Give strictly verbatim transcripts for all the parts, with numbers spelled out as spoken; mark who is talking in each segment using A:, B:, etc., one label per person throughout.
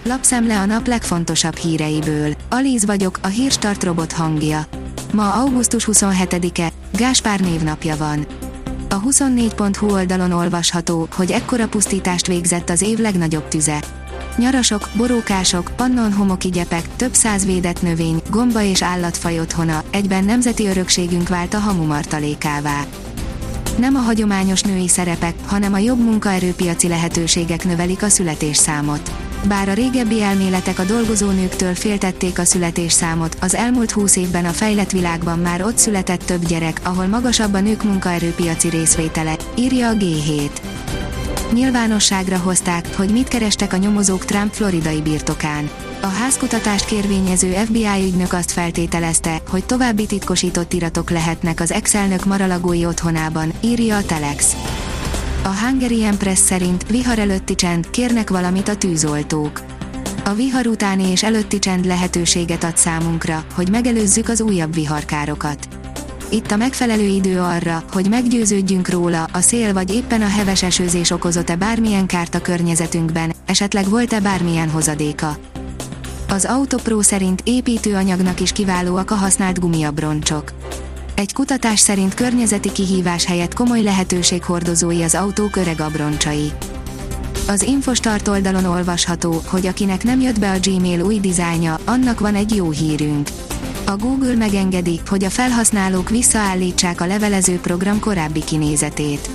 A: Lapszemle a nap legfontosabb híreiből. Alíz vagyok, a Hírstart robot hangja. Ma augusztus huszonhetedike, Gáspár névnapja van. A huszonnégy pont hu oldalon olvasható, hogy ekkora pusztítást végzett az év legnagyobb tüze. Nyarasok, borókások, pannonhomoki gyepek, több száz védett növény, gomba és állatfaj otthona, egyben nemzeti örökségünk vált a hamumartalékává. Nem a hagyományos női szerepek, hanem a jobb munkaerőpiaci lehetőségek növelik a születésszámot. Bár a régebbi elméletek a dolgozó nőktől féltették a születésszámot, az elmúlt húsz évben a fejlett világban már ott született több gyerek, ahol magasabb a nők munkaerőpiaci részvétele, írja a gé hét. Nyilvánosságra hozták, hogy mit kerestek a nyomozók Trump floridai birtokán. A házkutatást kérvényező ef bé i ügynök azt feltételezte, hogy további titkosított iratok lehetnek az ex-elnök Mar-a-Lagói otthonában, írja a Telex. A Hungarian Press szerint vihar előtti csend, kérnek valamit a tűzoltók. A vihar utáni és előtti csend lehetőséget ad számunkra, hogy megelőzzük az újabb viharkárokat. Itt a megfelelő idő arra, hogy meggyőződjünk róla, a szél vagy éppen a heves esőzés okozott-e bármilyen kárt a környezetünkben, esetleg volt-e bármilyen hozadéka. Az Autopro szerint építőanyagnak is kiválóak a használt gumiabroncsok. Egy kutatás szerint környezeti kihívás helyett komoly lehetőség hordozói az autók öreg abroncsai. Az Infostart oldalon olvasható, hogy akinek nem jött be a Gmail új dizájnja, annak van egy jó hírünk. A Google megengedi, hogy a felhasználók visszaállítsák a levelező program korábbi kinézetét.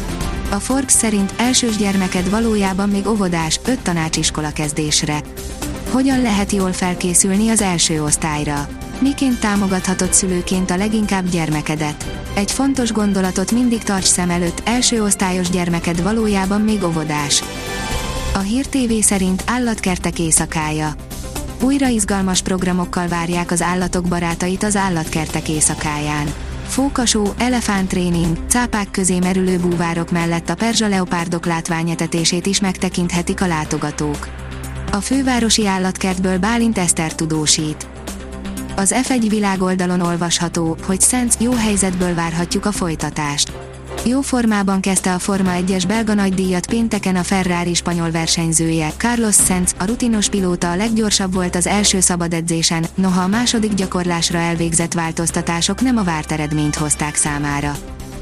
A: A Forbes szerint elsős gyermeked valójában még óvodás, öt tanácsiskola kezdésre. Hogyan lehet jól felkészülni az első osztályra? Miként támogathatod szülőként a leginkább gyermekedet? Egy fontos gondolatot mindig tarts szem előtt, első osztályos gyermeked valójában még óvodás. A Hír té vé szerint állatkertek éjszakája. Újra izgalmas programokkal várják az állatok barátait az állatkertek éjszakáján. Fókasó, elefánttréning, cápák közé merülő búvárok mellett a perzsa leopárdok látványetetését is megtekinthetik a látogatók. A fővárosi állatkertből Bálint Eszter tudósít. Az ef egy világoldalon olvasható, hogy Sainz jó helyzetből várhatjuk a folytatást. Jó formában kezdte a Forma egyes belga nagydíjat pénteken a Ferrari spanyol versenyzője, Carlos Sainz, a rutinos pilóta a leggyorsabb volt az első szabad edzésen, noha a második gyakorlásra elvégzett változtatások nem a várt eredményt hozták számára.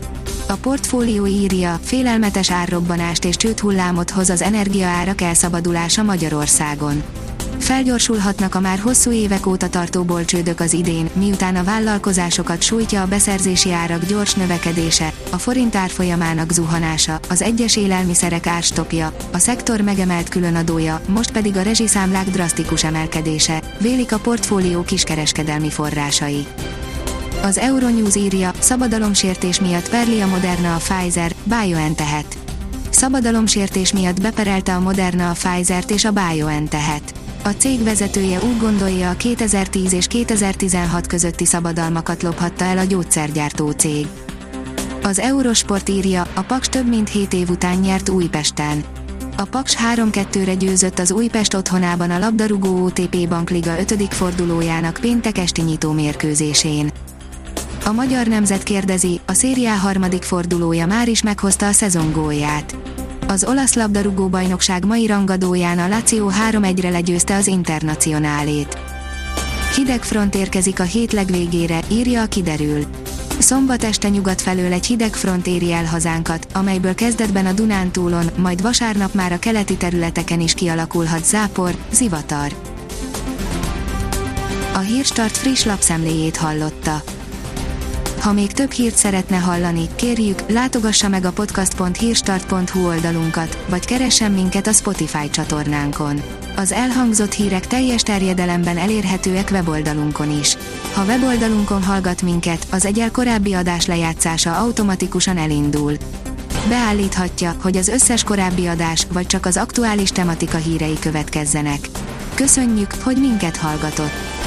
A: A Portfólió írja, félelmetes árrobbanást és csődhullámot hoz az energiaárak elszabadulása Magyarországon. Felgyorsulhatnak a már hosszú évek óta tartó bolcsődök az idén, miután a vállalkozásokat sújtja a beszerzési árak gyors növekedése, a forint árfolyamának zuhanása, az egyes élelmiszerek árstopja, a szektor megemelt különadója, most pedig a rezsiszámlák drasztikus emelkedése, vélik a Portfólió kiskereskedelmi forrásai. Az Euronews írja, szabadalomsértés miatt perli a Moderna a Pfizer, BioNTech-et. Szabadalomsértés miatt beperelte a Moderna a Pfizert és a BioNTech-et. A cég vezetője úgy gondolja, a kétezer-tíz és kétezer-tizenhat közötti szabadalmakat lophatta el a gyógyszergyártó cég. Az Eurosport írja, a Paks több mint hét év után nyert Újpesten. A Paks három kettőre győzött az Újpest otthonában a labdarúgó o té pé Bankliga ötödik fordulójának péntek esti nyitó mérkőzésén. A Magyar Nemzet kérdezi, a Serie A harmadik fordulója már is meghozta a szezon gólját. Az olasz labdarúgó-bajnokság mai rangadóján a Lazio három egyre legyőzte az Internacionálét. Hideg front érkezik a hét legvégére, írja a Kiderül. Szombat este nyugat felől egy hideg front éri el hazánkat, amelyből kezdetben a Dunántúlon, majd vasárnap már a keleti területeken is kialakulhat zápor, zivatar. A Hírstart friss lapszemléjét hallotta. Ha még több hírt szeretne hallani, kérjük, látogassa meg a podcast pont hírstart pont hu oldalunkat, vagy keressen minket a Spotify csatornánkon. Az elhangzott hírek teljes terjedelemben elérhetőek weboldalunkon is. Ha weboldalunkon hallgat minket, az egyel korábbi adás lejátszása automatikusan elindul. Beállíthatja, hogy az összes korábbi adás, vagy csak az aktuális tematika hírei következzenek. Köszönjük, hogy minket hallgatott!